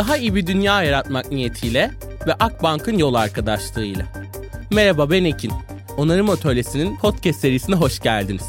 Daha iyi bir dünya yaratmak niyetiyle ve Akbank'ın yol arkadaşlığıyla. Merhaba, ben Ekin. Onarım Atölyesi'nin podcast serisine hoş geldiniz.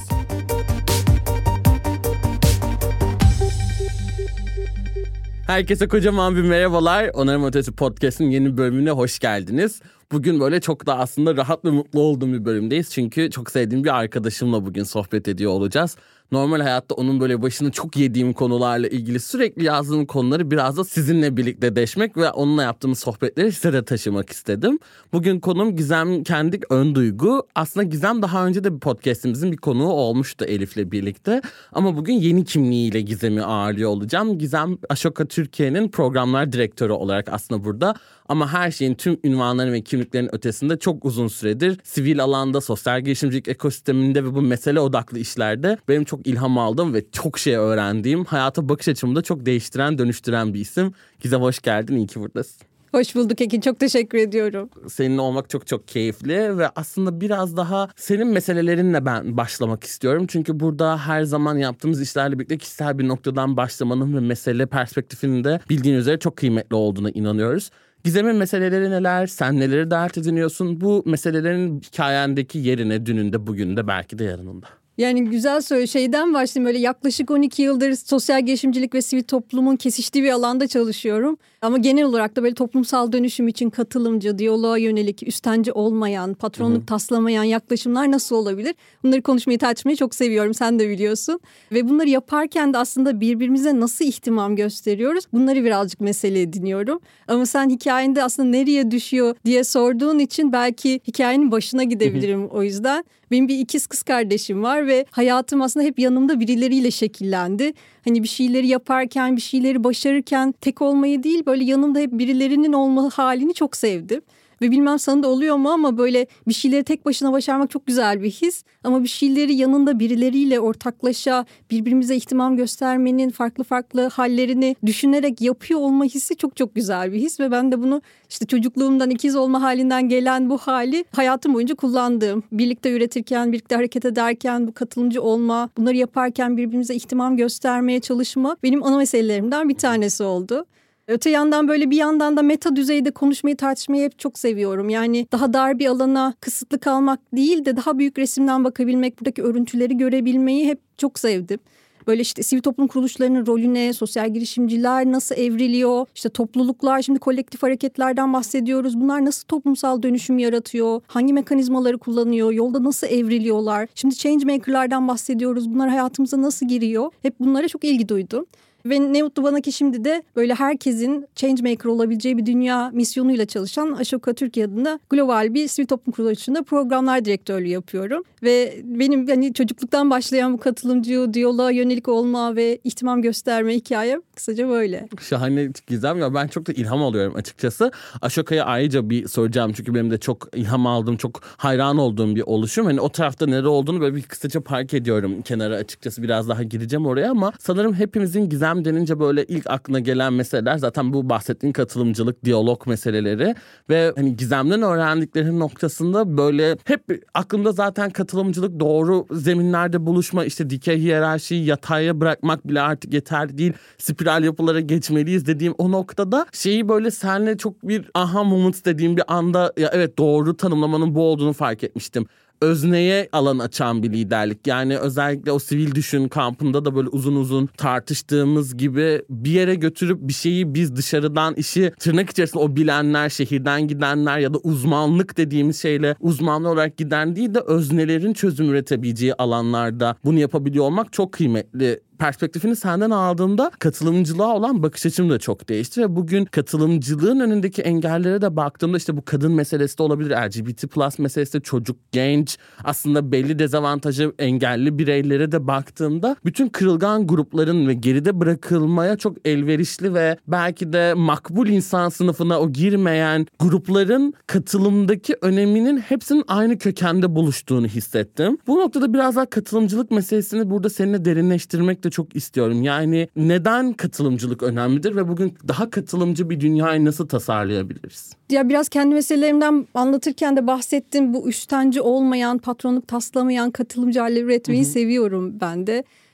Herkese kocaman bir merhabalar. Onarım Atölyesi Podcast'ın yeni bölümüne hoş geldiniz. Bugün böyle çok da aslında rahat ve mutlu olduğum bir bölümdeyiz. Çünkü çok sevdiğim bir arkadaşımla bugün sohbet ediyor olacağız. Normal hayatta onun böyle başını çok yediğim konularla ilgili sürekli yazdığım konuları biraz da sizinle birlikte deşmek ve onunla yaptığımız sohbetleri size de taşımak istedim. Bugün konum Gizem Kendik Ön Duygu. Aslında Gizem daha önce de bir podcastimizin bir konuğu olmuştu Elif'le birlikte. Ama bugün yeni kimliğiyle Gizem'i ağırlıyor olacağım. Gizem Ashoka Türkiye'nin programlar direktörü olarak aslında burada. Ama her şeyin, tüm ünvanların ve kimliklerin ötesinde çok uzun süredir sivil alanda, sosyal girişimcilik ekosisteminde ve bu mesele odaklı işlerde benim çok ilham aldığım ve çok şey öğrendiğim, hayata bakış açımı da çok değiştiren, dönüştüren bir isim. Gizem, hoş geldin, iyi ki buradasın. Hoş bulduk Ekin, çok teşekkür ediyorum. Seninle olmak çok çok keyifli ve aslında biraz daha senin meselelerinle ben başlamak istiyorum. Çünkü burada her zaman yaptığımız işlerle birlikte kişisel bir noktadan başlamanın ve mesele perspektifinin de bildiğin üzere çok kıymetli olduğuna inanıyoruz. Gizem'in meseleleri neler, sen neleri dert ediniyorsun, bu meselelerin hikayendeki yerine, dününde, bugün de, belki de yarınında. Yani güzel şeyden başlayayım. Böyle yaklaşık 12 yıldır sosyal girişimcilik ve sivil toplumun kesiştiği bir alanda çalışıyorum. Ama genel olarak da böyle toplumsal dönüşüm için katılımcı, diyaloğa yönelik, üstenci olmayan, patronluk taslamayan yaklaşımlar nasıl olabilir? Bunları konuşmayı, tartışmayı çok seviyorum. Sen de biliyorsun. Ve bunları yaparken de aslında birbirimize nasıl ihtimam gösteriyoruz? Bunları birazcık mesele ediniyorum. Ama sen hikayende aslında nereye düşüyor diye sorduğun için belki hikayenin başına gidebilirim o yüzden. Benim bir ikiz kız kardeşim var ve hayatım aslında hep yanımda birileriyle şekillendi. Hani bir şeyleri yaparken, bir şeyleri başarırken tek olmayı değil, böyle yanımda hep birilerinin olma halini çok sevdim. Ve bilmem sana da oluyor mu ama böyle bir şeyleri tek başına başarmak çok güzel bir his. Ama bir şeyleri yanında birileriyle ortaklaşa, birbirimize ihtimam göstermenin farklı farklı hallerini düşünerek yapıyor olma hissi çok çok güzel bir his. Ve ben de bunu işte çocukluğumdan, ikiz olma halinden gelen bu hali hayatım boyunca kullandığım. Birlikte üretirken, birlikte hareket ederken, bu katılımcı olma, bunları yaparken birbirimize ihtimam göstermeye çalışma benim ana meselelerimden bir tanesi oldu. Öte yandan böyle bir yandan da meta düzeyde konuşmayı, tartışmayı hep çok seviyorum. Yani daha dar bir alana kısıtlı kalmak değil de daha büyük resimden bakabilmek, buradaki örüntüleri görebilmeyi hep çok sevdim. Böyle işte sivil toplum kuruluşlarının rolüne, sosyal girişimciler nasıl evriliyor, işte topluluklar, şimdi kolektif hareketlerden bahsediyoruz. Bunlar nasıl toplumsal dönüşüm yaratıyor, hangi mekanizmaları kullanıyor, yolda nasıl evriliyorlar. Şimdi changemaker'lardan bahsediyoruz, bunlar hayatımıza nasıl giriyor. Hep bunlara çok ilgi duydum. Ve ne mutlu bana ki şimdi de böyle herkesin changemaker olabileceği bir dünya misyonuyla çalışan Ashoka Türkiye adında global bir sivil toplum kuruluşunda programlar direktörlüğü yapıyorum. Ve benim hani çocukluktan başlayan bu katılımcı, diyaloğa yönelik olma ve ihtimam gösterme hikayem kısaca böyle. Şahane Gizem ya, ben çok da ilham alıyorum açıkçası. Ashoka'ya ayrıca bir soracağım çünkü benim de çok ilham aldığım, çok hayran olduğum bir oluşum. Hani o tarafta nere olduğunu böyle bir kısaca park ediyorum kenara, açıkçası biraz daha gireceğim oraya ama sanırım hepimizin Gizem denince böyle ilk aklına gelen meseleler zaten bu bahsettiğin katılımcılık, diyalog meseleleri ve hani Gizem'den öğrendikleri noktasında böyle hep aklımda zaten katılımcılık, doğru zeminlerde buluşma, işte dikey hiyerarşiyi yataya bırakmak bile artık yeterli değil, spiral yapılara geçmeliyiz dediğim o noktada şeyi böyle seninle çok bir aha moment dediğim bir anda ya evet, doğru tanımlamanın bu olduğunu fark etmiştim. Özneye alan açan bir liderlik. Yani özellikle o sivil düşün kampında da böyle uzun uzun tartıştığımız gibi bir yere götürüp bir şeyi biz dışarıdan, işi tırnak içerisinde o bilenler, şehirden gidenler ya da uzmanlık dediğimiz şeyle uzmanlı olarak giden değil de öznelerin çözüm üretebileceği alanlarda bunu yapabiliyor olmak çok kıymetli. Perspektifini senden aldığımda katılımcılığa olan bakış açım da çok değişti ve bugün katılımcılığın önündeki engellere de baktığımda işte bu kadın meselesi de olabilir, LGBT+ meselesi de, çocuk, genç, aslında belli dezavantajı engelli bireylere de baktığımda bütün kırılgan grupların ve geride bırakılmaya çok elverişli ve belki de makbul insan sınıfına o girmeyen grupların katılımdaki öneminin hepsinin aynı kökende buluştuğunu hissettim. Bu noktada biraz daha katılımcılık meselesini burada seninle derinleştirmek de çok istiyorum. Yani neden katılımcılık önemlidir ve bugün daha katılımcı bir dünyayı nasıl tasarlayabiliriz? Ya biraz kendi meselelerimden anlatırken de bahsettim. Bu üstenci olmayan, patronluk taslamayan katılımcı halleri üretmeyi seviyorum ben de.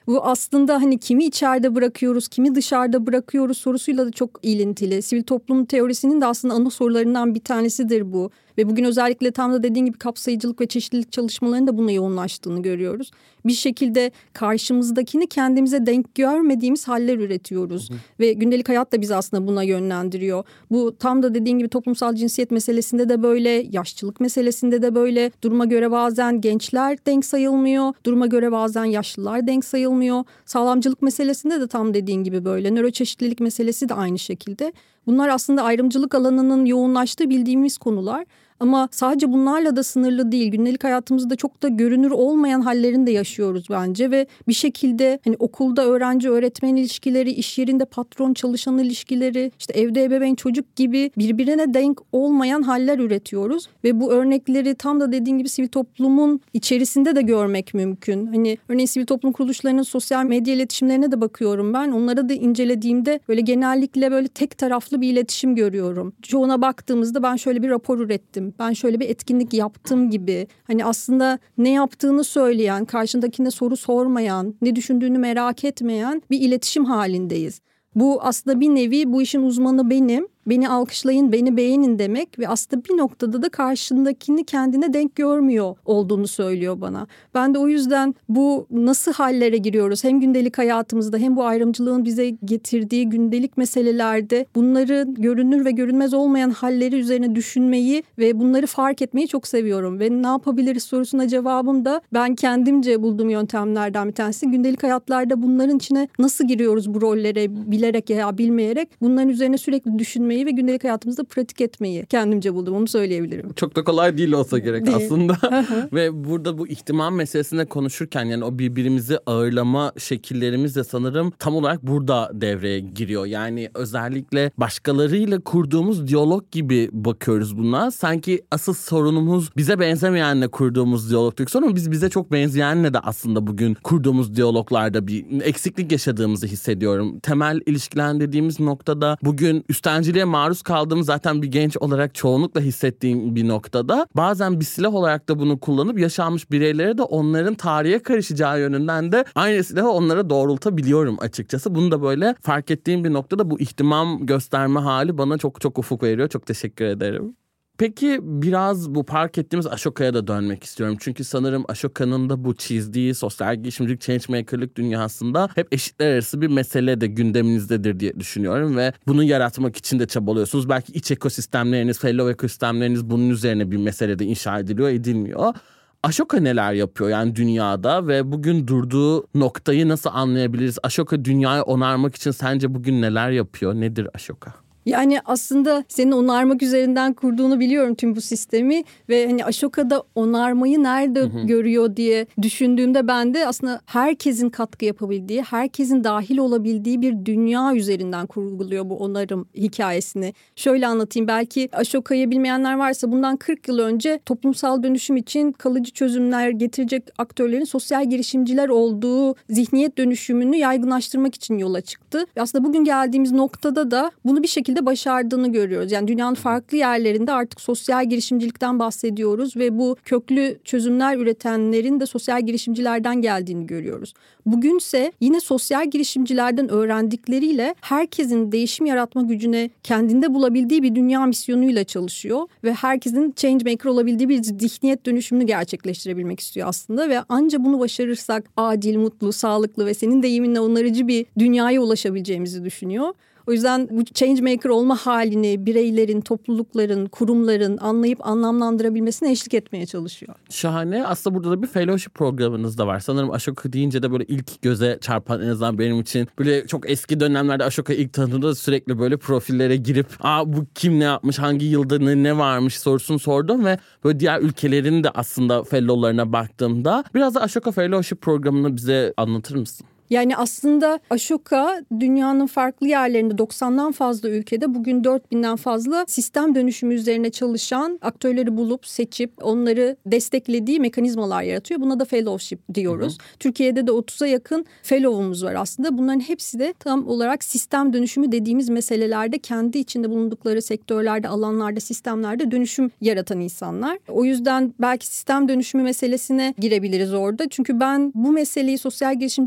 Bu aslında hani kimi içeride bırakıyoruz, kimi dışarıda bırakıyoruz sorusuyla da çok ilintili. Sivil toplum teorisinin de aslında ana sorularından bir tanesidir bu. Ve bugün özellikle tam da dediğin gibi kapsayıcılık ve çeşitlilik çalışmalarının da buna yoğunlaştığını görüyoruz. Bir şekilde karşımızdakini kendimize denk görmediğimiz haller üretiyoruz. Ve gündelik hayat da bizi aslında buna yönlendiriyor. Bu tam da dediğin gibi toplumsal cinsiyet meselesinde de böyle, yaşlılık meselesinde de böyle. Duruma göre bazen gençler denk sayılmıyor, duruma göre bazen yaşlılar denk sayılmıyor. Sağlamcılık meselesinde de tam dediğin gibi böyle. Nöroçeşitlilik meselesi de aynı şekilde. Bunlar aslında ayrımcılık alanının yoğunlaştığı bildiğimiz konular. Ama sadece bunlarla da sınırlı değil. Gündelik hayatımızda çok da görünür olmayan hallerini de yaşıyoruz bence ve bir şekilde hani okulda öğrenci öğretmen ilişkileri, iş yerinde patron çalışan ilişkileri, işte evde ebeveyn çocuk gibi birbirine denk olmayan haller üretiyoruz ve bu örnekleri tam da dediğin gibi sivil toplumun içerisinde de görmek mümkün. Hani örneğin sivil toplum kuruluşlarının sosyal medya iletişimlerine de bakıyorum ben. Onlara da incelediğimde böyle genellikle böyle tek taraflı bir iletişim görüyorum. Çoğuna baktığımızda ben şöyle bir rapor ürettim, ben şöyle bir etkinlik yaptım gibi. Hani aslında ne yaptığını söyleyen, karşındakine soru sormayan, ne düşündüğünü merak etmeyen bir iletişim halindeyiz. Bu aslında bir nevi bu işin uzmanı benim. Beni alkışlayın, beni beğenin demek ve aslında bir noktada da karşındakini kendine denk görmüyor olduğunu söylüyor bana. Ben de o yüzden bu nasıl hallere giriyoruz hem gündelik hayatımızda hem bu ayrımcılığın bize getirdiği gündelik meselelerde bunları görünür ve görünmez olmayan halleri üzerine düşünmeyi ve bunları fark etmeyi çok seviyorum. Ve ne yapabiliriz sorusuna cevabım da ben kendimce bulduğum yöntemlerden bir tanesi. Gündelik hayatlarda bunların içine nasıl giriyoruz bu rollere bilerek ya bilmeyerek bunların üzerine sürekli düşünmeyi ve gündelik hayatımızda pratik etmeyi kendimce buldum, onu söyleyebilirim. Çok da kolay değil olsa gerek aslında. Ve burada bu ihtimam meselesinde konuşurken yani o birbirimizi ağırlama şekillerimiz de sanırım tam olarak burada devreye giriyor. Yani özellikle başkalarıyla kurduğumuz diyalog gibi bakıyoruz buna. Sanki asıl sorunumuz bize benzemeyenle kurduğumuz diyalogtuk. Sonra biz bize çok benzeyenle de aslında bugün kurduğumuz diyaloglarda bir eksiklik yaşadığımızı hissediyorum. Temel ilişkilendirdiğimiz noktada bugün üstenciliğe maruz kaldığımız zaten bir genç olarak çoğunlukla hissettiğim bir noktada bazen bir silah olarak da bunu kullanıp yaşanmış bireylere de onların tarihe karışacağı yönünden de aynı silahı onlara doğrultabiliyorum açıkçası. Bunu da böyle fark ettiğim bir noktada bu ihtimam gösterme hali bana çok çok ufuk veriyor. Çok teşekkür ederim. Peki biraz bu park ettiğimiz Ashoka'ya da dönmek istiyorum. Çünkü sanırım Ashoka'nın da bu çizdiği sosyal girişimcilik, changemaker'lık dünyasında hep eşitler arası bir mesele de gündeminizdedir diye düşünüyorum. Ve bunu yaratmak için de çabalıyorsunuz. Belki iç ekosistemleriniz, fellow ekosistemleriniz bunun üzerine bir meselede inşa ediliyor, edilmiyor. Ashoka neler yapıyor yani dünyada ve bugün durduğu noktayı nasıl anlayabiliriz? Ashoka dünyayı onarmak için sence bugün neler yapıyor? Nedir Ashoka? Yani aslında senin onarmak üzerinden kurduğunu biliyorum tüm bu sistemi ve hani Ashoka'da onarmayı nerede görüyor diye düşündüğümde ben de aslında herkesin katkı yapabildiği, herkesin dahil olabildiği bir dünya üzerinden kurguluyor bu onarım hikayesini. Şöyle anlatayım, belki Ashoka'yı bilmeyenler varsa bundan 40 yıl önce toplumsal dönüşüm için kalıcı çözümler getirecek aktörlerin sosyal girişimciler olduğu zihniyet dönüşümünü yaygınlaştırmak için yola çıktı. Ve aslında bugün geldiğimiz noktada da bunu bir şekilde başardığını görüyoruz. Yani dünyanın farklı yerlerinde artık sosyal girişimcilikten bahsediyoruz ve bu köklü çözümler üretenlerin de sosyal girişimcilerden geldiğini görüyoruz. Bugünse yine sosyal girişimcilerden öğrendikleriyle herkesin değişim yaratma gücüne kendinde bulabildiği bir dünya misyonuyla çalışıyor ve herkesin changemaker olabildiği bir zihniyet dönüşümünü gerçekleştirebilmek istiyor aslında ve anca bunu başarırsak adil, mutlu, sağlıklı ve senin deyiminle onarıcı bir dünyaya ulaşabileceğimizi düşünüyor. O yüzden bu changemaker olma halini bireylerin, toplulukların, kurumların anlayıp anlamlandırabilmesine eşlik etmeye çalışıyor. Şahane. Aslında burada da bir fellowship programınız da var. Sanırım Ashoka deyince de böyle ilk göze çarpan, en azından benim için böyle çok eski dönemlerde Ashoka'yı ilk tanıdığımda sürekli böyle profillere girip bu kim ne yapmış, hangi yılda ne varmış sorusunu sordum ve böyle diğer ülkelerin de aslında fellowlarına baktığımda biraz da Ashoka Fellowship programını bize anlatır mısın? Yani aslında Ashoka dünyanın farklı yerlerinde 90'dan fazla ülkede bugün 4000'den fazla sistem dönüşümü üzerine çalışan aktörleri bulup seçip onları desteklediği mekanizmalar yaratıyor. Buna da fellowship diyoruz. Türkiye'de de 30'a yakın fellow'umuz var aslında. Bunların hepsi de tam olarak sistem dönüşümü dediğimiz meselelerde kendi içinde bulundukları sektörlerde, alanlarda, sistemlerde dönüşüm yaratan insanlar. O yüzden belki sistem dönüşümü meselesine girebiliriz orada. Çünkü ben bu meseleyi sosyal girişimciliğe bakarken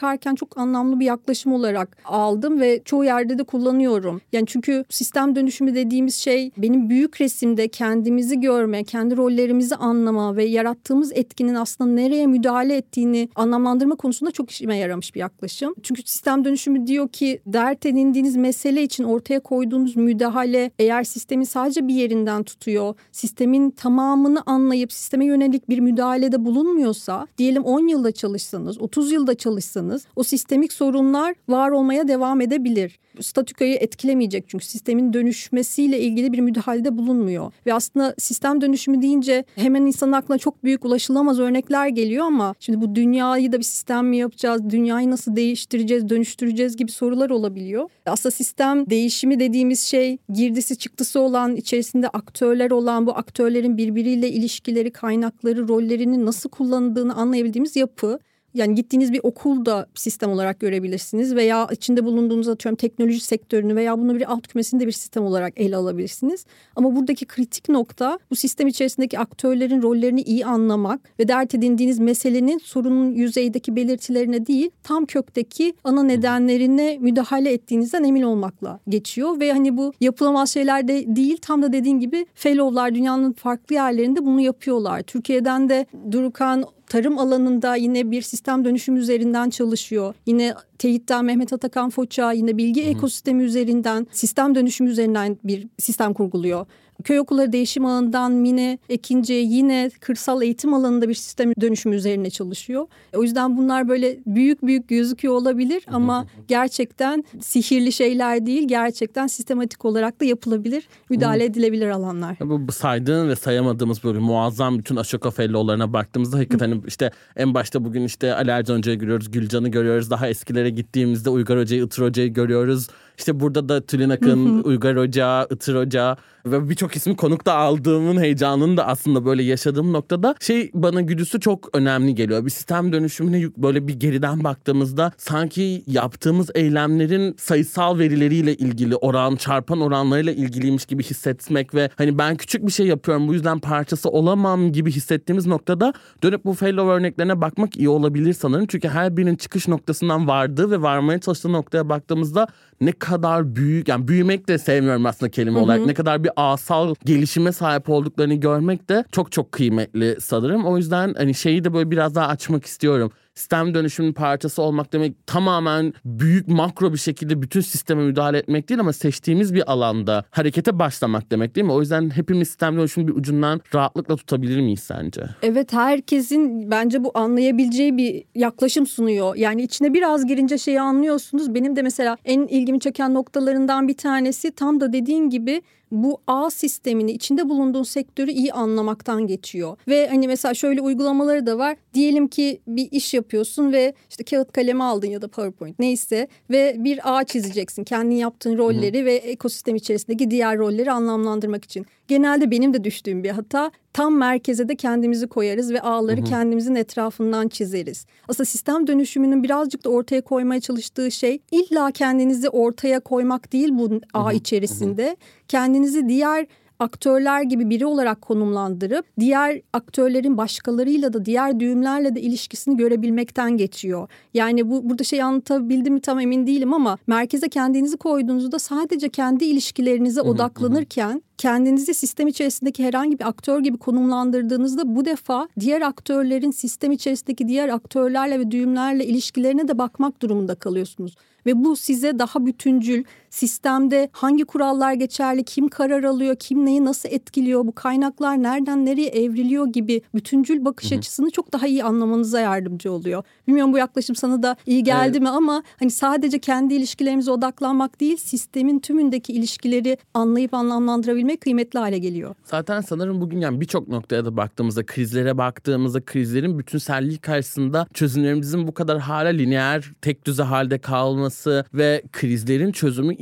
bakarken çok anlamlı bir yaklaşım olarak aldım ve çoğu yerde de kullanıyorum. Yani çünkü sistem dönüşümü dediğimiz şey benim büyük resimde kendimizi görme, kendi rollerimizi anlama ve yarattığımız etkinin aslında nereye müdahale ettiğini anlamlandırma konusunda çok işime yaramış bir yaklaşım. Çünkü sistem dönüşümü diyor ki dert edindiğiniz mesele için ortaya koyduğunuz müdahale eğer sistemin sadece bir yerinden tutuyor, sistemin tamamını anlayıp sisteme yönelik bir müdahalede bulunmuyorsa, diyelim 10 yılda çalışsanız, 30 yılda çalışsanız o sistemik sorunlar var olmaya devam edebilir. Statükoyu etkilemeyecek çünkü sistemin dönüşmesiyle ilgili bir müdahalede bulunmuyor. Ve aslında sistem dönüşümü deyince hemen insanın aklına çok büyük ulaşılamaz örnekler geliyor ama şimdi bu dünyayı da bir sistem mi yapacağız, dünyayı nasıl değiştireceğiz, dönüştüreceğiz gibi sorular olabiliyor. Aslında sistem değişimi dediğimiz şey girdisi çıktısı olan, içerisinde aktörler olan, bu aktörlerin birbiriyle ilişkileri, kaynakları, rollerini nasıl kullanıldığını anlayabildiğimiz yapı. Yani gittiğiniz bir okulda sistem olarak görebilirsiniz veya içinde bulunduğunuz atıyorum teknoloji sektörünü veya bunu bir alt kümesini de bir sistem olarak ele alabilirsiniz. Ama buradaki kritik nokta bu sistem içerisindeki aktörlerin rollerini iyi anlamak ve dert edindiğiniz meselenin sorunun yüzeydeki belirtilerine değil tam kökteki ana nedenlerine müdahale ettiğinizden emin olmakla geçiyor. Ve hani bu yapılamaz şeyler de değil tam da dediğin gibi fellow'lar dünyanın farklı yerlerinde bunu yapıyorlar. Türkiye'den de Durukan tarım alanında yine bir sistem dönüşümü üzerinden çalışıyor. Yine TEİT'ten Mehmet Atakan Foça yine bilgi ekosistemi üzerinden sistem dönüşümü üzerinden bir sistem kurguluyor. Köy okulları değişim ağından Mine Ekinci yine kırsal eğitim alanında bir sistem dönüşümü üzerine çalışıyor. O yüzden bunlar böyle büyük büyük gözüküyor olabilir ama gerçekten sihirli şeyler değil, gerçekten sistematik olarak da yapılabilir, müdahale edilebilir alanlar. Bu saydığın ve sayamadığımız böyle muazzam bütün Ashoka Fellow'larına baktığımızda hakikaten işte en başta bugün işte Ali Ercan Hoca'yı görüyoruz, Gülcan'ı görüyoruz. Daha eskilere gittiğimizde Uygar Hoca'yı, Itır Hoca'yı görüyoruz. İşte burada da Tülin Akın, Uygar Hoca, Itır Hoca ve birçok ismi konuk da aldığımın heyecanını da aslında böyle yaşadığım noktada bana güdüsü çok önemli geliyor. Bir sistem dönüşümüne böyle bir geriden baktığımızda sanki yaptığımız eylemlerin sayısal verileriyle ilgili çarpan oranlarıyla ilgiliymiş gibi hissetmek ve hani ben küçük bir şey yapıyorum bu yüzden parçası olamam gibi hissettiğimiz noktada dönüp bu fellow örneklerine bakmak iyi olabilir sanırım. Çünkü her birinin çıkış noktasından vardığı ve varmaya çalıştığı noktaya baktığımızda ne kadar büyük, yani büyümek de sevmiyorum aslında kelime olarak, ne kadar bir asal gelişime sahip olduklarını görmek de çok çok kıymetli sanırım. O yüzden hani şeyi de böyle biraz daha açmak istiyorum. Sistem dönüşümünün parçası olmak demek tamamen büyük makro bir şekilde bütün sisteme müdahale etmek değil ama seçtiğimiz bir alanda harekete başlamak demek değil mi? O yüzden hepimiz sistem dönüşümünün bir ucundan rahatlıkla tutabilir miyiz sence? Evet, herkesin bence bu anlayabileceği bir yaklaşım sunuyor. Yani içine biraz girince şeyi anlıyorsunuz. Benim de mesela en ilgimi çeken noktalarından bir tanesi tam da dediğin gibi bu ağ sistemini, içinde bulunduğun sektörü iyi anlamaktan geçiyor. Ve hani mesela şöyle uygulamaları da var. Diyelim ki bir iş yapıyorsun ve işte kağıt kalemi aldın ya da PowerPoint neyse ve bir ağ çizeceksin. Kendin yaptığın rolleri ve ekosistem içerisindeki diğer rolleri anlamlandırmak için. Genelde benim de düştüğüm bir hata. Tam merkeze de kendimizi koyarız ve ağları kendimizin etrafından çizeriz. Aslında sistem dönüşümünün birazcık da ortaya koymaya çalıştığı şey illa kendinizi ortaya koymak değil bu ağ içerisinde. Kendinizi diğer aktörler gibi biri olarak konumlandırıp diğer aktörlerin başkalarıyla da diğer düğümlerle de ilişkisini görebilmekten geçiyor. Yani burada anlatabildim mi tam emin değilim ama merkeze kendinizi koyduğunuzda sadece kendi ilişkilerinize odaklanırken kendinizi sistem içerisindeki herhangi bir aktör gibi konumlandırdığınızda bu defa diğer aktörlerin sistem içerisindeki diğer aktörlerle ve düğümlerle ilişkilerine de bakmak durumunda kalıyorsunuz. Ve bu size daha bütüncül, sistemde hangi kurallar geçerli, kim karar alıyor, kim neyi nasıl etkiliyor, bu kaynaklar nereden nereye evriliyor gibi bütüncül bakış açısını çok daha iyi anlamanıza yardımcı oluyor. Bilmiyorum bu yaklaşım sana da iyi geldi mi ama hani sadece kendi ilişkilerimize odaklanmak değil, sistemin tümündeki ilişkileri anlayıp anlamlandırabilmek kıymetli hale geliyor. Zaten sanırım bugün yani birçok noktaya da baktığımızda, krizlere baktığımızda krizlerin bütünselliği karşısında çözümlerimizin bu kadar hala lineer, tek düze halde kalması ve krizlerin çözümü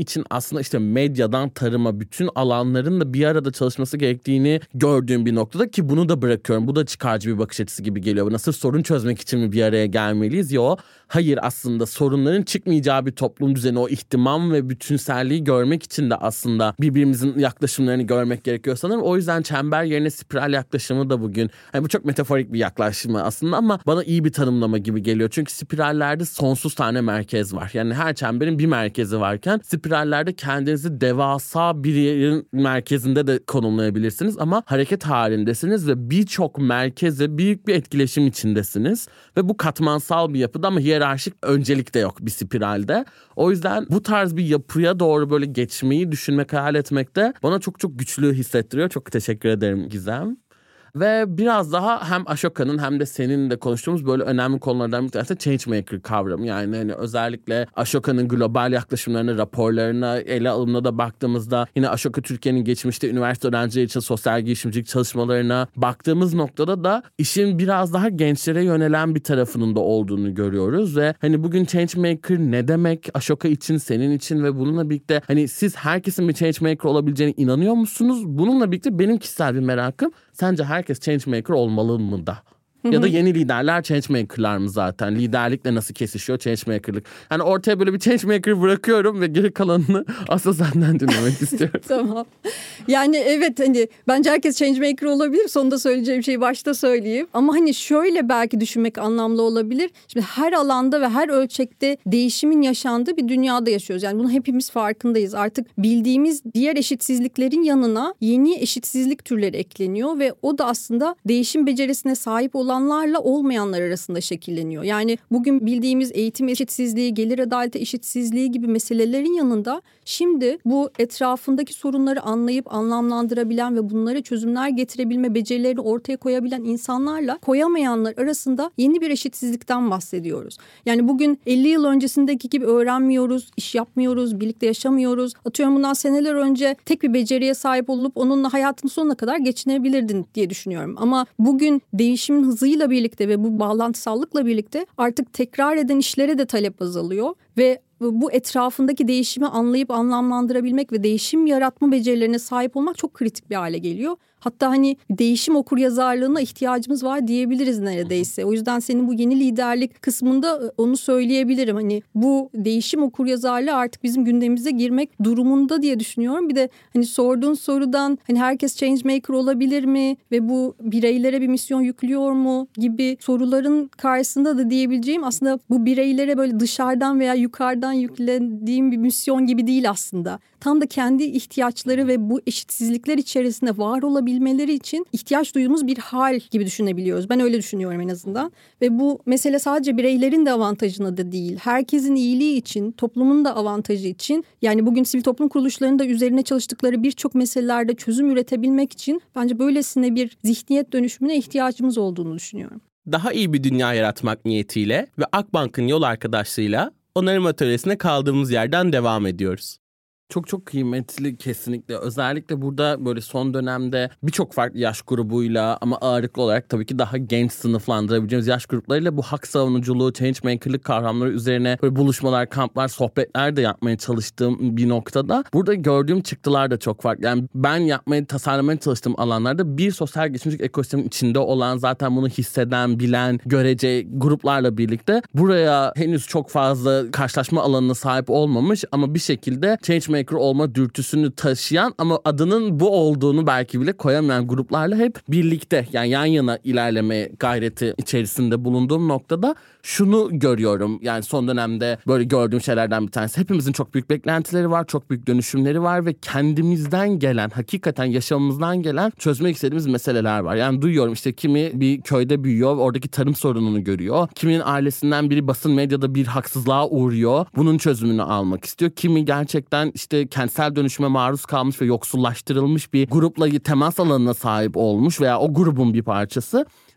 için aslında işte medyadan tarıma bütün alanların da bir arada çalışması gerektiğini gördüğüm bir noktada ki bunu da bırakıyorum. Bu da çıkarcı bir bakış açısı gibi geliyor. Nasıl sorun çözmek için mi bir araya gelmeliyiz? Yo, hayır, aslında sorunların çıkmayacağı bir toplum düzeni, o ihtimam ve bütünselliği görmek için de aslında birbirimizin yaklaşımlarını görmek gerekiyor sanırım. O yüzden çember yerine spiral yaklaşımı da bugün, bu çok metaforik bir yaklaşımı aslında ama bana iyi bir tanımlama gibi geliyor. Çünkü spirallerde sonsuz tane merkez var. Yani her çemberin bir merkezi varken spirallerde kendinizi devasa bir yerin merkezinde de konumlayabilirsiniz ama hareket halindesiniz ve birçok merkeze büyük bir etkileşim içindesiniz ve bu katmansal bir yapıda ama hiyerarşik öncelik de yok bir spiralde. O yüzden bu tarz bir yapıya doğru böyle geçmeyi düşünmek, hayal etmek de bana çok çok güçlü hissettiriyor. Çok teşekkür ederim Gizem. Ve biraz daha hem Ashoka'nın hem de senin de konuştuğumuz böyle önemli konulardan bir tanesi changemaker kavramı. Yani hani özellikle Ashoka'nın global yaklaşımlarına, raporlarına, ele alımına da baktığımızda yine Ashoka Türkiye'nin geçmişte üniversite öğrencileri için sosyal girişimcilik çalışmalarına baktığımız noktada da işin biraz daha gençlere yönelen bir tarafının da olduğunu görüyoruz ve hani bugün changemaker ne demek Ashoka için, senin için ve bununla birlikte hani siz herkesin bir changemaker olabileceğine inanıyor musunuz? Bununla birlikte benim kişisel bir merakım, sence herkes changemaker olmalı mı da? Ya da yeni liderler changemaker'lar mı zaten? Liderlikle nasıl kesişiyor changemaker'lık? Yani ortaya böyle bir changemaker bırakıyorum ve geri kalanını aslında senden dinlemek istiyorum. Tamam. Yani evet, hani bence herkes changemaker olabilir. Sonunda söyleyeceğim şeyi başta söyleyeyim. Ama hani şöyle belki düşünmek anlamlı olabilir. Şimdi her alanda ve her ölçekte değişimin yaşandığı bir dünyada yaşıyoruz. Yani bunun hepimiz farkındayız. Artık bildiğimiz diğer eşitsizliklerin yanına yeni eşitsizlik türleri ekleniyor ve o da aslında değişim becerisine sahip olanlarla olmayanlar arasında şekilleniyor. Yani bugün bildiğimiz eğitim eşitsizliği, gelir adaleti eşitsizliği gibi meselelerin yanında şimdi bu etrafındaki sorunları anlayıp anlamlandırabilen ve bunlara çözümler getirebilme becerilerini ortaya koyabilen insanlarla koyamayanlar arasında yeni bir eşitsizlikten bahsediyoruz. Yani bugün 50 yıl öncesindeki gibi öğrenmiyoruz, iş yapmıyoruz, birlikte yaşamıyoruz. Atıyorum bundan seneler önce tek bir beceriye sahip olup onunla hayatın sonuna kadar geçinebilirdin diye düşünüyorum. Ama bugün değişimin hızıyla birlikte ve bu bağlantısallıkla birlikte artık tekrar eden işlere de talep azalıyor ve bu etrafındaki değişimi anlayıp anlamlandırabilmek ve değişim yaratma becerilerine sahip olmak çok kritik bir hale geliyor. Hatta hani değişim okuryazarlığına ihtiyacımız var diyebiliriz neredeyse. O yüzden senin bu yeni liderlik kısmında onu söyleyebilirim. Hani bu değişim okuryazarlığı artık bizim gündemimize girmek durumunda diye düşünüyorum. Bir de hani sorduğun sorudan hani herkes changemaker olabilir mi ve bu bireylere bir misyon yüklüyor mu gibi soruların karşısında da diyebileceğim aslında bu bireylere böyle dışarıdan veya yukarıdan yüklediğim bir misyon gibi değil aslında. Tam da kendi ihtiyaçları ve bu eşitsizlikler içerisinde var olabilmeleri için ihtiyaç duyduğumuz bir hal gibi düşünebiliyoruz. Ben öyle düşünüyorum en azından. Ve bu mesele sadece bireylerin de avantajına da değil. Herkesin iyiliği için, toplumun da avantajı için. Yani bugün sivil toplum kuruluşlarının da üzerine çalıştıkları birçok meselelerde çözüm üretebilmek için bence böylesine bir zihniyet dönüşümüne ihtiyacımız olduğunu düşünüyorum. Daha iyi bir dünya yaratmak niyetiyle ve Akbank'ın yol arkadaşlığıyla onarım atölyesine kaldığımız yerden devam ediyoruz. Çok çok kıymetli kesinlikle. Özellikle burada böyle son dönemde birçok farklı yaş grubuyla ama ağırlıklı olarak tabii ki daha genç sınıflandırabileceğimiz yaş gruplarıyla bu hak savunuculuğu, changemaker'lık kavramları üzerine böyle buluşmalar, kamplar, sohbetler de yapmaya çalıştığım bir noktada burada gördüğüm çıktılar da çok farklı. Yani ben tasarlamaya çalıştığım alanlarda bir sosyal girişimcilik ekosistemin içinde olan, zaten bunu hisseden, bilen, görece gruplarla birlikte buraya henüz çok fazla karşılaşma alanına sahip olmamış ama bir şekilde changemaker olma dürtüsünü taşıyan ama adının bu olduğunu belki bile koyamayan gruplarla hep birlikte, yani yan yana ilerleme gayreti içerisinde bulunduğum noktada şunu görüyorum. Yani son dönemde böyle gördüğüm şeylerden bir tanesi. Hepimizin çok büyük beklentileri var, çok büyük dönüşümleri var ve kendimizden gelen, hakikaten yaşamımızdan gelen çözmek istediğimiz meseleler var. Yani duyuyorum işte kimi bir köyde büyüyor, oradaki tarım sorununu görüyor. Kiminin ailesinden biri basın medyada bir haksızlığa uğruyor. Bunun çözümünü almak istiyor. Kimi gerçekten işte kentsel dönüşüme maruz kalmış ve yoksullaştırılmış bir grupla temas alanına sahip olmuş veya o grubun bir parçası.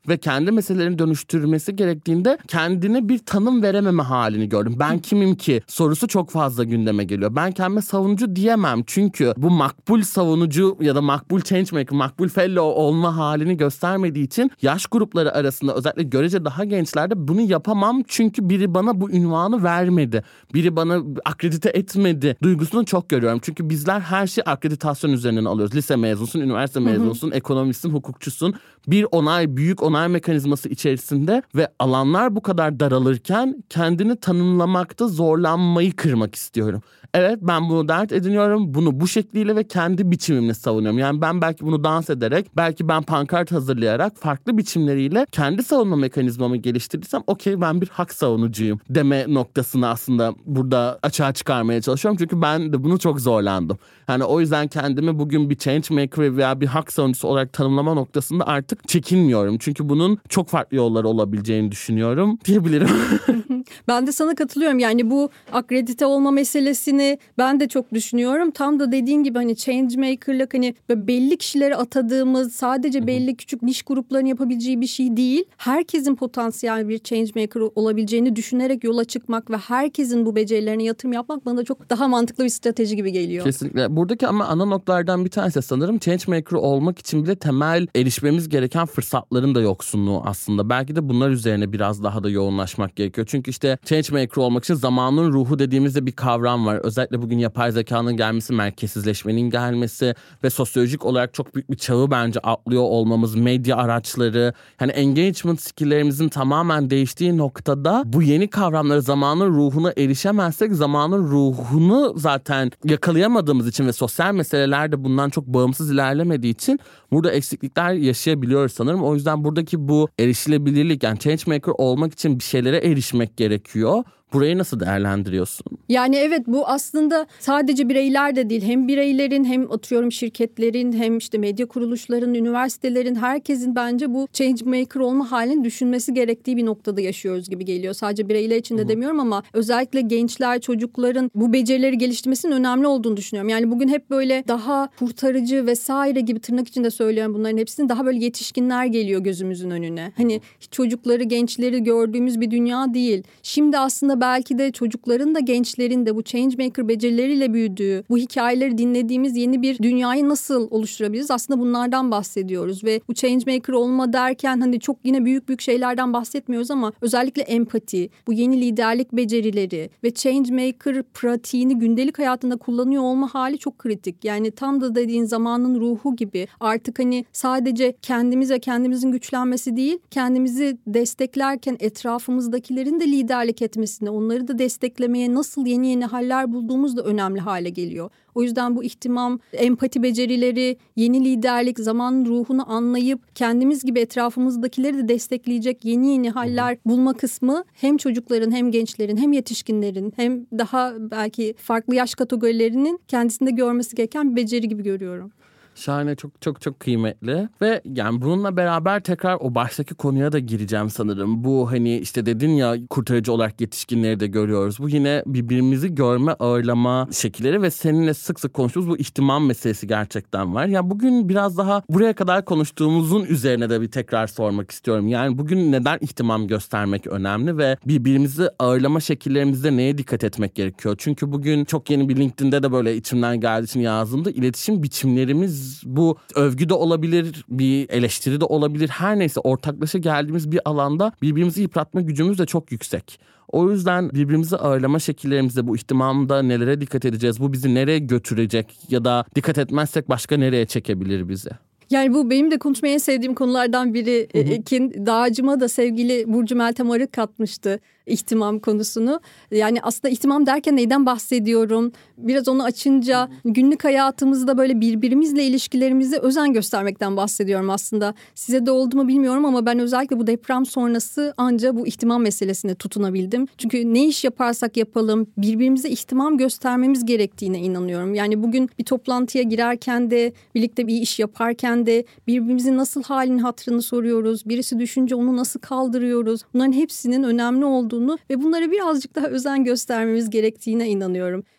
ve kendi meselelerini dönüştürmesi gerektiğinde kendine bir tanım verememe halini gördüm. Ben kimim ki sorusu çok fazla gündeme geliyor. Ben kendime savunucu diyemem çünkü bu makbul savunucu ya da makbul changemaker, makbul fellow olma halini göstermediği için yaş grupları arasında özellikle görece daha gençlerde bunu yapamam çünkü biri bana bu ünvanı vermedi. Biri bana akredite etmedi duygusunu çok görüyorum. Çünkü bizler her şeyi akreditasyon üzerinden alıyoruz. Lise mezunsun, üniversite mezunsun, ekonomistsin, hukukçusun. Bir onay, büyük onay mekanizması içerisinde ve alanlar bu kadar daralırken kendini tanımlamakta zorlanmayı kırmak istiyorum. Evet, ben bunu dert ediniyorum. Bunu bu şekliyle ve kendi biçimimle savunuyorum. Yani ben belki bunu dans ederek, belki ben pankart hazırlayarak farklı biçimleriyle kendi savunma mekanizmamı geliştirdiysem okey, ben bir hak savunucuyum deme noktasını aslında burada açığa çıkarmaya çalışıyorum. Çünkü ben de bunu çok zorlandım. Yani o yüzden kendimi bugün bir changemaker veya bir hak savunucusu olarak tanımlama noktasında artık çekinmiyorum. Çünkü bunun çok farklı yolları olabileceğini düşünüyorum diyebilirim. Ben de sana katılıyorum. Yani bu akredite olma meselesini ben de çok düşünüyorum. Tam da dediğin gibi hani changemaker'lık hani belli kişilere atadığımız, sadece belli küçük niş grupların yapabileceği bir şey değil. Herkesin potansiyel bir changemaker olabileceğini düşünerek yola çıkmak ve herkesin bu becerilerine yatırım yapmak bana da çok daha mantıklı bir strateji gibi geliyor. Kesinlikle. Buradaki ama ana noktalardan bir tanesi sanırım changemaker olmak için bile temel erişmemiz gereken fırsatların da yoksunluğu aslında. Belki de bunlar üzerine biraz daha da yoğunlaşmak gerekiyor. Çünkü işte changemaker olmak için zamanın ruhu dediğimizde bir kavram var. Özellikle bugün yapay zekanın gelmesi, merkezsizleşmenin gelmesi ve sosyolojik olarak çok büyük bir çağı bence atlıyor olmamız, medya araçları, yani engagement skill'lerimizin tamamen değiştiği noktada bu yeni kavramları, zamanın ruhuna erişemezsek zamanın ruhunu zaten yakalayamadığımız için ve sosyal meseleler de bundan çok bağımsız ilerlemediği için burada eksiklikler yaşayabiliyoruz sanırım. O yüzden buradaki bu erişilebilirlik, yani changemaker olmak için bir şeylere erişmek gerekiyor. Burayı nasıl değerlendiriyorsun? Yani evet, bu aslında sadece bireyler de değil. Hem bireylerin, hem atıyorum şirketlerin, hem işte medya kuruluşlarının, üniversitelerin, herkesin bence bu changemaker olma halini düşünmesi gerektiği bir noktada yaşıyoruz gibi geliyor. Sadece bireyler için de demiyorum ama özellikle gençler, çocukların bu becerileri geliştirmesinin önemli olduğunu düşünüyorum. Yani bugün hep böyle daha kurtarıcı vesaire gibi, tırnak içinde söylüyorum bunların hepsini, daha böyle yetişkinler geliyor gözümüzün önüne. Hani çocukları, gençleri gördüğümüz bir dünya değil. Şimdi aslında belki de çocukların da gençlerin de bu changemaker becerileriyle büyüdüğü, bu hikayeleri dinlediğimiz yeni bir dünyayı nasıl oluşturabiliriz? Aslında bunlardan bahsediyoruz ve bu changemaker olma derken hani çok yine büyük şeylerden bahsetmiyoruz ama özellikle empati, bu yeni liderlik becerileri ve changemaker pratiğini gündelik hayatında kullanıyor olma hali çok kritik. Yani tam da dediğin zamanın ruhu gibi artık hani sadece kendimiz ve kendimizin güçlenmesi değil, kendimizi desteklerken etrafımızdakilerin de liderlik etmesine, onları da desteklemeye nasıl yeni haller bulduğumuz da önemli hale geliyor. O yüzden bu ihtimam, empati becerileri, yeni liderlik, zamanın ruhunu anlayıp kendimiz gibi etrafımızdakileri de destekleyecek yeni haller bulma kısmı hem çocukların, hem gençlerin, hem yetişkinlerin, hem daha belki farklı yaş kategorilerinin kendisinde görmesi gereken bir beceri gibi görüyorum. Şahane, çok kıymetli ve yani bununla beraber tekrar o baştaki konuya da gireceğim sanırım. Bu hani işte dedin ya, kurtarıcı olarak yetişkinleri de görüyoruz. Bu yine birbirimizi görme, ağırlama şekilleri ve seninle sık sık konuştuğumuz bu ihtimam meselesi gerçekten var. Yani bugün biraz daha buraya kadar konuştuğumuzun üzerine de bir tekrar sormak istiyorum. Yani bugün neden ihtimam göstermek önemli ve birbirimizi ağırlama şekillerimizde neye dikkat etmek gerekiyor? Çünkü bugün çok yeni bir LinkedIn'de de böyle içimden geldiği için yazdığımda iletişim biçimlerimiz, bu övgü de olabilir, bir eleştiri de olabilir. Her neyse ortaklaşa geldiğimiz bir alanda birbirimizi yıpratma gücümüz de çok yüksek. O yüzden birbirimizi ağırlama şekillerimizde bu ihtimamda nelere dikkat edeceğiz? Bu bizi nereye götürecek ya da dikkat etmezsek başka nereye çekebilir bizi? Yani bu benim de konuşmayı en sevdiğim konulardan biri. Ekin Dağcıma da sevgili Burcu Meltem Arık katmıştı ihtimam konusunu. Yani aslında ihtimam derken neyden bahsediyorum? Biraz onu açınca günlük hayatımızda böyle birbirimizle ilişkilerimize özen göstermekten bahsediyorum aslında. Size de oldu mu bilmiyorum ama ben özellikle bu deprem sonrası anca bu ihtimam meselesine tutunabildim. Çünkü ne iş yaparsak yapalım birbirimize ihtimam göstermemiz gerektiğine inanıyorum. Yani bugün bir toplantıya girerken de, birlikte bir iş yaparken de birbirimizin nasıl halini, hatırını soruyoruz. Birisi düşünce onu nasıl kaldırıyoruz. Bunların hepsinin önemli olduğunu ve bunlara birazcık daha özen göstermemiz gerektiğine inanıyorum.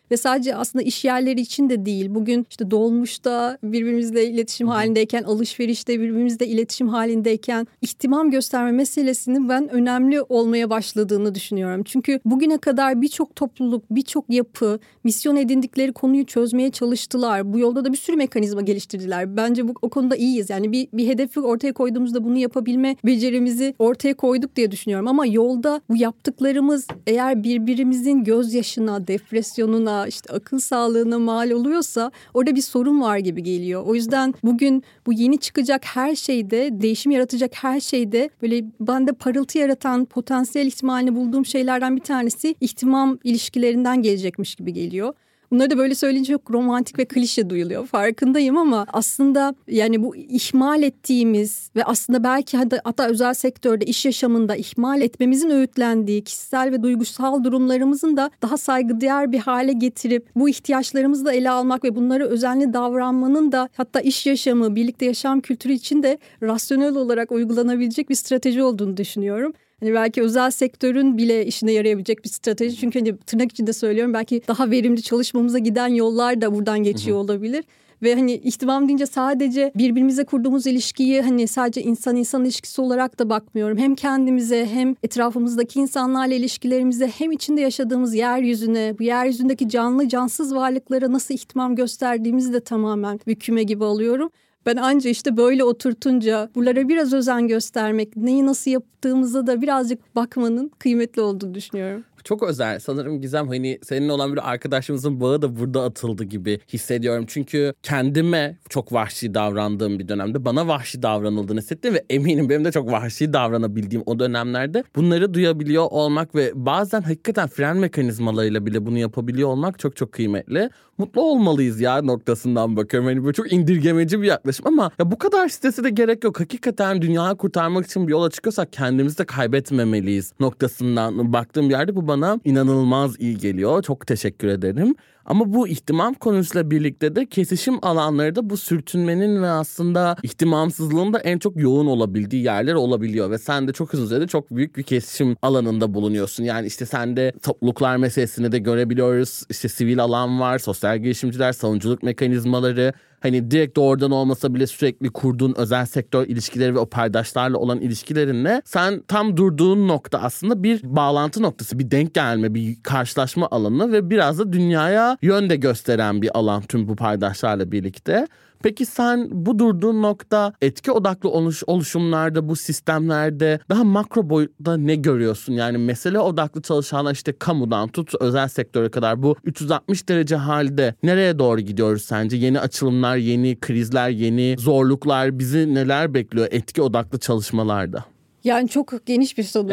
Ve sadece aslında iş yerleri için de değil. Bugün işte dolmuşta birbirimizle iletişim halindeyken, alışverişte birbirimizle iletişim halindeyken ihtimam gösterme meselesinin ben önemli olmaya başladığını düşünüyorum. Çünkü bugüne kadar birçok topluluk, birçok yapı misyon edindikleri konuyu çözmeye çalıştılar. Bu yolda da bir sürü mekanizma geliştirdiler. Bence o konuda iyiyiz. Yani bir hedefi ortaya koyduğumuzda bunu yapabilme becerimizi ortaya koyduk diye düşünüyorum. Ama yolda bu yaptıklarımız eğer birbirimizin gözyaşına, depresyonuna, işte akıl sağlığına mal oluyorsa orada bir sorun var gibi geliyor. O yüzden bugün bu yeni çıkacak her şeyde, değişim yaratacak her şeyde böyle bende parıltı yaratan potansiyel ihtimalini bulduğum şeylerden bir tanesi ihtimam ilişkilerinden gelecekmiş gibi geliyor. Bunları da böyle söyleyince çok romantik ve klişe duyuluyor. Farkındayım ama aslında yani bu ihmal ettiğimiz ve aslında belki hatta özel sektörde, iş yaşamında ihmal etmemizin öğütlendiği kişisel ve duygusal durumlarımızın da daha saygıdeğer bir hale getirip bu ihtiyaçlarımızı da ele almak ve bunlara özenli davranmanın da hatta iş yaşamı, birlikte yaşam kültürü için de rasyonel olarak uygulanabilecek bir strateji olduğunu düşünüyorum. Hani belki özel sektörün bile işine yarayabilecek bir strateji. Çünkü hani tırnak içinde söylüyorum belki daha verimli çalışmamıza giden yollar da buradan geçiyor olabilir. Ve hani ihtimam deyince sadece birbirimize kurduğumuz ilişkiyi hani sadece insan ilişkisi olarak da bakmıyorum. Hem kendimize hem etrafımızdaki insanlarla ilişkilerimize hem içinde yaşadığımız yeryüzüne, bu yeryüzündeki canlı cansız varlıklara nasıl ihtimam gösterdiğimizi de tamamen bir küme gibi alıyorum. Ben anca işte böyle oturtunca buralara biraz özen göstermek, neyi nasıl yaptığımıza da birazcık bakmanın kıymetli olduğunu düşünüyorum. Çok özel. Sanırım Gizem hani seninle olan bir arkadaşımızın bağı da burada atıldı gibi hissediyorum. Çünkü kendime çok vahşi davrandığım bir dönemde bana vahşi davranıldığını hissettim ve eminim benim de çok vahşi davranabildiğim o dönemlerde bunları duyabiliyor olmak ve bazen hakikaten fren mekanizmalarıyla bile bunu yapabiliyor olmak çok çok kıymetli. Mutlu olmalıyız ya noktasından bakıyorum. Hani böyle çok indirgemeci bir yaklaşım ama ya bu kadar strese de gerek yok. Hakikaten dünyayı kurtarmak için bir yola çıkıyorsak kendimizi de kaybetmemeliyiz noktasından baktığım yerde bu bana inanılmaz iyi geliyor. Çok teşekkür ederim. Ama bu ihtimam konusuyla birlikte de kesişim alanları da bu sürtünmenin ve aslında ihtimamsızlığın da en çok yoğun olabildiği yerler olabiliyor. Ve sen de çok uzun süredir çok büyük bir kesişim alanında bulunuyorsun. Yani işte sen de topluluklar meselesini de görebiliyoruz. İşte sivil alan var, sosyal girişimciler, savunuculuk mekanizmaları. Hani direkt doğrudan olmasa bile sürekli kurduğun özel sektör ilişkileri ve o paydaşlarla olan ilişkilerinle sen tam durduğun nokta aslında bir bağlantı noktası, bir denk gelme, bir karşılaşma alanı ve biraz da dünyaya yön de gösteren bir alan tüm bu paydaşlarla birlikte. Peki sen bu durduğun nokta etki odaklı oluşumlarda, bu sistemlerde daha makro boyutta ne görüyorsun? Yani mesele odaklı çalışanlar işte kamudan tut özel sektöre kadar bu 360 derece halde nereye doğru gidiyoruz sence? Yeni açılımlar, yeni krizler, yeni zorluklar bizi neler bekliyor etki odaklı çalışmalarda? Yani çok geniş bir soru.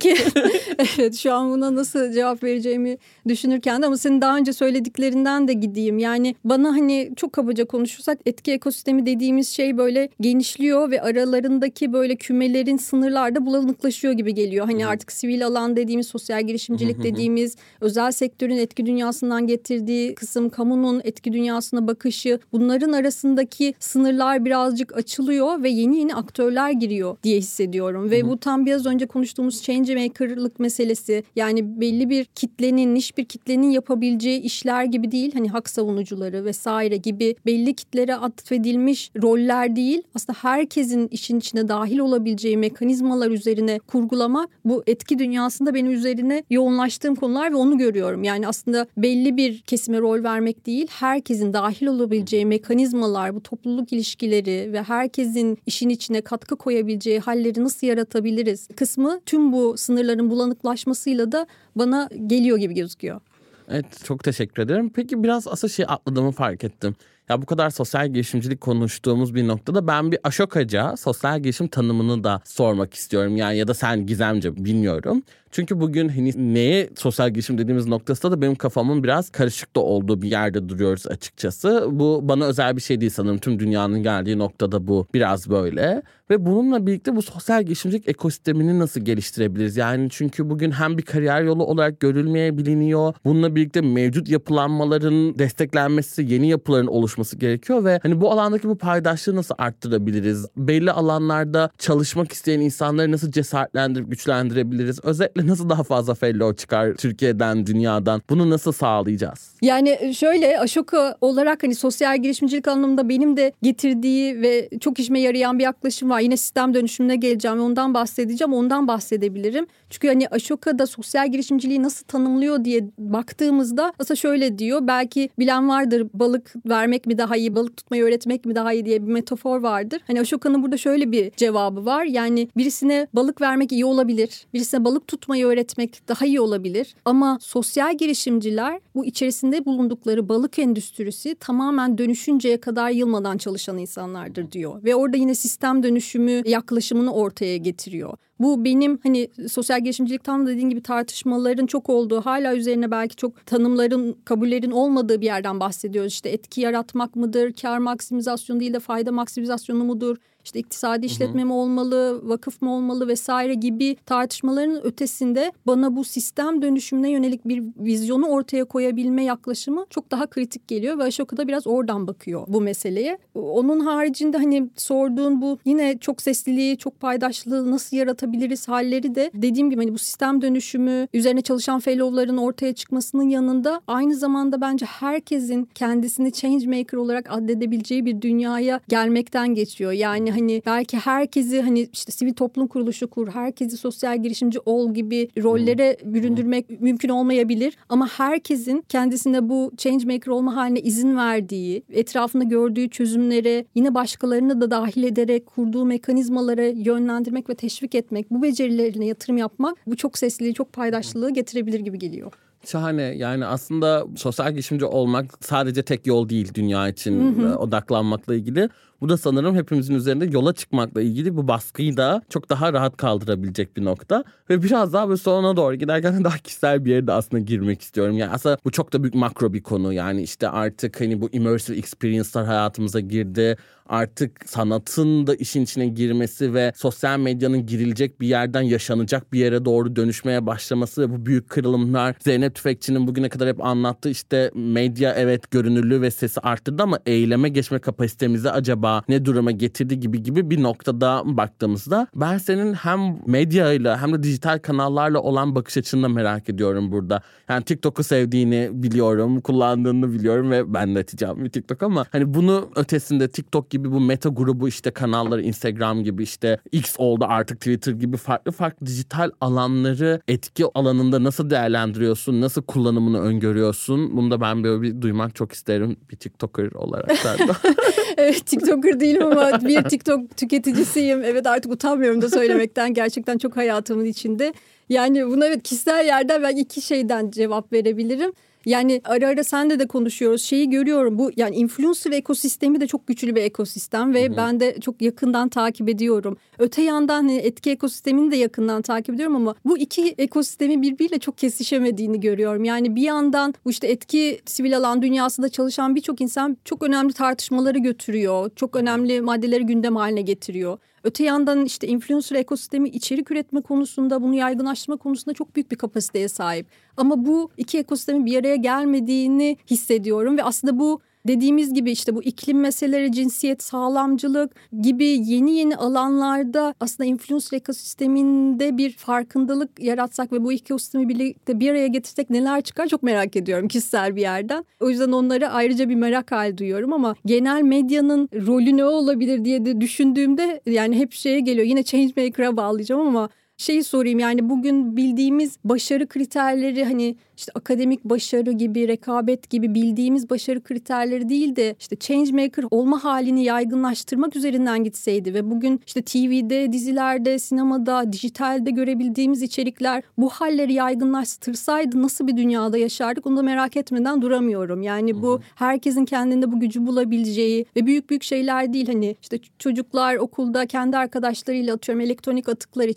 Evet, şu an buna nasıl cevap vereceğimi düşünürken de ama senin daha önce söylediklerinden de gideyim. Yani bana hani çok kabaca konuşursak etki ekosistemi dediğimiz şey böyle genişliyor ve aralarındaki böyle kümelerin sınırlar da bulanıklaşıyor gibi geliyor. Hani artık sivil alan dediğimiz, sosyal girişimcilik dediğimiz, özel sektörün etki dünyasından getirdiği kısım, kamunun etki dünyasına bakışı, bunların arasındaki sınırlar birazcık açılıyor ve yeni aktörler giriyor diye hissediyorum. Ve bu tam biraz önce konuştuğumuz change maker'lık meselesi, yani belli bir kitlenin, niş bir kitlenin yapabileceği işler gibi değil. Hani hak savunucuları vesaire gibi belli kitlere atfedilmiş roller değil. Aslında herkesin işin içine dahil olabileceği mekanizmalar üzerine kurgulamak bu etki dünyasında benim üzerine yoğunlaştığım konular ve onu görüyorum. Yani aslında belli bir kesime rol vermek değil, herkesin dahil olabileceği mekanizmalar, bu topluluk ilişkileri ve herkesin işin içine katkı koyabileceği halleri nasıl yaratabiliriz kısmı tüm bu sınırların bulanıklaşmasıyla da bana geliyor gibi gözüküyor. Evet, çok teşekkür ederim. Peki biraz aslında atladığımı fark ettim. Ya bu kadar sosyal girişimcilik konuştuğumuz bir noktada ben bir Ashoka'ca sosyal girişim tanımını da sormak istiyorum. Yani ya da sen Gizemce bilmiyorum. Çünkü bugün hani neye sosyal girişim dediğimiz noktasında da benim kafamın biraz karışık da olduğu bir yerde duruyoruz açıkçası. Bu bana özel bir şey değil sanırım. Tüm dünyanın geldiği noktada bu biraz böyle. Ve bununla birlikte bu sosyal girişimcilik ekosistemini nasıl geliştirebiliriz? Yani çünkü bugün hem bir kariyer yolu olarak görülmeye biliniyor. Bununla birlikte mevcut yapılanmaların desteklenmesi, yeni yapıların oluşması gerekiyor ve hani bu alandaki bu paydaşlığı nasıl arttırabiliriz? Belli alanlarda çalışmak isteyen insanları nasıl cesaretlendirip güçlendirebiliriz? Özellikle nasıl daha fazla fellow çıkar Türkiye'den, dünyadan? Bunu nasıl sağlayacağız? Yani şöyle, Ashoka olarak hani sosyal girişimcilik anlamında benim de getirdiği ve çok işime yarayan bir yaklaşım var. Yine sistem dönüşümüne geleceğim ve ondan bahsedeceğim. Ondan bahsedebilirim. Çünkü hani Ashoka'da sosyal girişimciliği nasıl tanımlıyor diye baktığımızda aslında şöyle diyor. Belki bilen vardır, balık vermek mi daha iyi, balık tutmayı öğretmek mi daha iyi diye bir metafor vardır. Hani Ashoka'nın burada şöyle bir cevabı var. Yani birisine balık vermek iyi olabilir. Birisine balık tutmayı öğretmek daha iyi olabilir. Ama sosyal girişimciler bu içerisinde bulundukları balık endüstrisi tamamen dönüşünceye kadar yılmadan çalışan insanlardır diyor. Ve orada yine sistem dönüşümü yaklaşımını ortaya getiriyor. Bu benim hani sosyal girişimcilik tam dediğin gibi tartışmaların çok olduğu, hala üzerine belki çok tanımların, kabullerin olmadığı bir yerden bahsediyoruz. İşte etki yaratmak mıdır, kar maksimizasyonu değil de fayda maksimizasyonu mudur? İşte iktisadi işletme mi olmalı, vakıf mı olmalı vesaire gibi tartışmaların ötesinde bana bu sistem dönüşümüne yönelik bir vizyonu ortaya koyabilme yaklaşımı çok daha kritik geliyor ve Ashoka'da biraz oradan bakıyor bu meseleye. Onun haricinde hani sorduğun bu yine çok sesliliği, çok paydaşlığı nasıl yaratabiliriz halleri de dediğim gibi hani bu sistem dönüşümü üzerine çalışan fellow'ların ortaya çıkmasının yanında aynı zamanda bence herkesin kendisini change maker olarak addedebileceği bir dünyaya gelmekten geçiyor. Yani hani belki herkesi hani işte sivil toplum kuruluşu kur, herkesi sosyal girişimci ol gibi rollere büründürmek mümkün olmayabilir. Ama herkesin kendisine bu change maker olma haline izin verdiği, etrafında gördüğü çözümlere yine başkalarını da dahil ederek kurduğu mekanizmalara yönlendirmek ve teşvik etmek, bu becerilerine yatırım yapmak bu çok sesliliği, çok paydaşlılığı getirebilir gibi geliyor. Şahane. Yani aslında sosyal girişimci olmak sadece tek yol değil dünya için odaklanmakla ilgili. Bu da sanırım hepimizin üzerinde yola çıkmakla ilgili bu baskıyı da çok daha rahat kaldırabilecek bir nokta. Ve biraz daha böyle sonuna doğru giderken daha kişisel bir yere de aslında girmek istiyorum. Yani aslında bu çok da büyük makro bir konu. Yani işte artık hani bu immersive experience'lar hayatımıza girdi. Artık sanatın da işin içine girmesi ve sosyal medyanın girilecek bir yerden yaşanacak bir yere doğru dönüşmeye başlaması ve bu büyük kırılımlar. Zeynep Tüfekçi'nin bugüne kadar hep anlattığı işte medya evet görünürlüğü ve sesi arttırdı ama eyleme geçme kapasitemizi acaba ne duruma getirdi gibi bir noktada baktığımızda ben senin hem medyayla hem de dijital kanallarla olan bakış açını da merak ediyorum burada. Yani TikTok'u sevdiğini biliyorum, kullandığını biliyorum ve ben de atacağım bir TikTok ama hani bunu ötesinde TikTok gibi bu meta grubu işte kanalları, Instagram gibi işte X oldu artık Twitter gibi farklı dijital alanları etki alanında nasıl değerlendiriyorsun, nasıl kullanımını öngörüyorsun? Bunu da ben böyle bir duymak çok isterim bir TikToker olarak. Evet, TikToker değilim ama bir TikTok tüketicisiyim. Evet, artık utanmıyorum da söylemekten, gerçekten çok hayatımın içinde. Yani buna evet kişisel yerden ben iki şeyden cevap verebilirim. Yani ara ara senle de konuşuyoruz. Şeyi görüyorum, bu yani influencer ekosistemi de çok güçlü bir ekosistem ve ben de çok yakından takip ediyorum. Öte yandan etki ekosistemini de yakından takip ediyorum ama bu iki ekosistemi birbiriyle çok kesişemediğini görüyorum. Yani bir yandan bu işte etki sivil alan dünyasında çalışan birçok insan çok önemli tartışmaları götürüyor. Çok önemli maddeleri gündem haline getiriyor. Öte yandan işte influencer ekosistemi içerik üretme konusunda, bunu yaygınlaştırma konusunda çok büyük bir kapasiteye sahip. Ama bu iki ekosistemin bir araya gelmediğini hissediyorum ve aslında bu dediğimiz gibi işte bu iklim meseleleri, cinsiyet, sağlamcılık gibi yeni alanlarda aslında influencer ekosisteminde bir farkındalık yaratsak ve bu iki ekosistemi birlikte bir araya getirsek neler çıkar çok merak ediyorum kişisel bir yerden. O yüzden onlara ayrıca bir merak hali duyuyorum ama genel medyanın rolü ne olabilir diye de düşündüğümde yani hep şeye geliyor. Yine Changemaker'a bağlayacağım ama şeyi sorayım, yani bugün bildiğimiz başarı kriterleri hani işte akademik başarı gibi, rekabet gibi bildiğimiz başarı kriterleri değil de işte changemaker olma halini yaygınlaştırmak üzerinden gitseydi ve bugün işte TV'de, dizilerde, sinemada, dijitalde görebildiğimiz içerikler bu halleri yaygınlaştırsaydı nasıl bir dünyada yaşardık onu da merak etmeden duramıyorum. Yani bu herkesin kendinde bu gücü bulabileceği ve büyük şeyler değil, hani işte çocuklar okulda kendi arkadaşlarıyla atıyorum elektronik atıklar için bir şey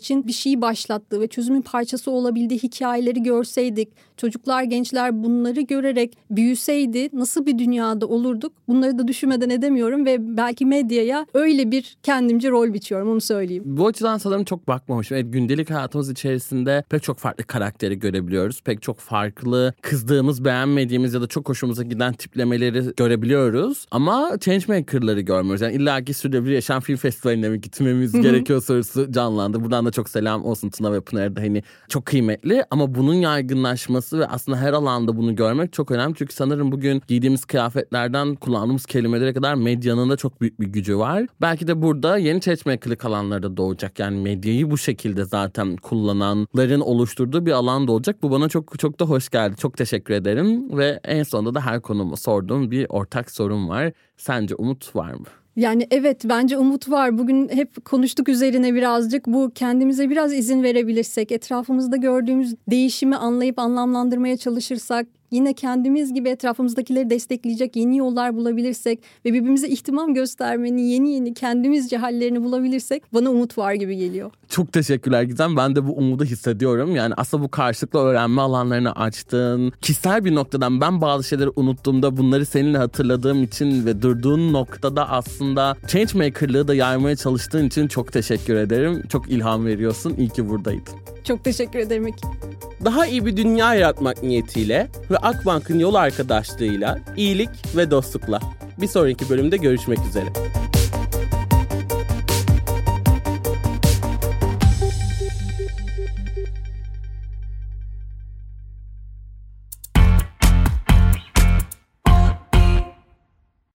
şeyi başlattığı ve çözümün parçası olabildiği hikayeleri görseydik, çocuklar, gençler bunları görerek büyüseydi nasıl bir dünyada olurduk? Bunları da düşünmeden edemiyorum ve belki medyaya öyle bir kendimce rol biçiyorum, onu söyleyeyim. Bu açıdan sanırım çok bakmamışım. Evet, gündelik hayatımız içerisinde pek çok farklı karakteri görebiliyoruz. Pek çok farklı kızdığımız, beğenmediğimiz ya da çok hoşumuza giden tiplemeleri görebiliyoruz. Ama changemaker'ları görmüyoruz. Yani illaki sürdürülebilir yaşam film festivaline mi gitmemiz gerekiyor sorusu canlandı. Buradan da çok selam olsun Tuna ve Pınar'a da, hani çok kıymetli. Ama bunun yaygınlaşması ve aslında her alanda bunu görmek çok önemli. Çünkü sanırım bugün giydiğimiz kıyafetlerden kullandığımız kelimelere kadar medyanın da çok büyük bir gücü var. Belki de burada yeni changemaker'lık alanları da doğacak. Yani medyayı bu şekilde zaten kullananların oluşturduğu bir alan da olacak. Bu bana çok çok da hoş geldi. Çok teşekkür ederim. Ve en sonunda da her konumu sorduğum bir ortak sorum var. Sence umut var mı? Yani evet, bence umut var. Bugün hep konuştuk üzerine birazcık. Bu kendimize biraz izin verebilirsek, etrafımızda gördüğümüz değişimi anlayıp anlamlandırmaya çalışırsak, yine kendimiz gibi etrafımızdakileri destekleyecek yeni yollar bulabilirsek ve birbirimize ihtimam göstermenin yeni kendimizce hallerini bulabilirsek bana umut var gibi geliyor. Çok teşekkürler Gizem. Ben de bu umudu hissediyorum. Yani aslında bu karşılıklı öğrenme alanlarını açtın. Kişisel bir noktadan ben bazı şeyleri unuttuğumda bunları seninle hatırladığım için ve durduğun noktada aslında changemaker'lığı da yaymaya çalıştığın için çok teşekkür ederim. Çok ilham veriyorsun. İyi ki buradaydın. Çok teşekkür ederim Ekin. Daha iyi bir dünya yaratmak niyetiyle ve Akbank'ın yol arkadaşlığıyla iyilik ve dostlukla. Bir sonraki bölümde görüşmek üzere.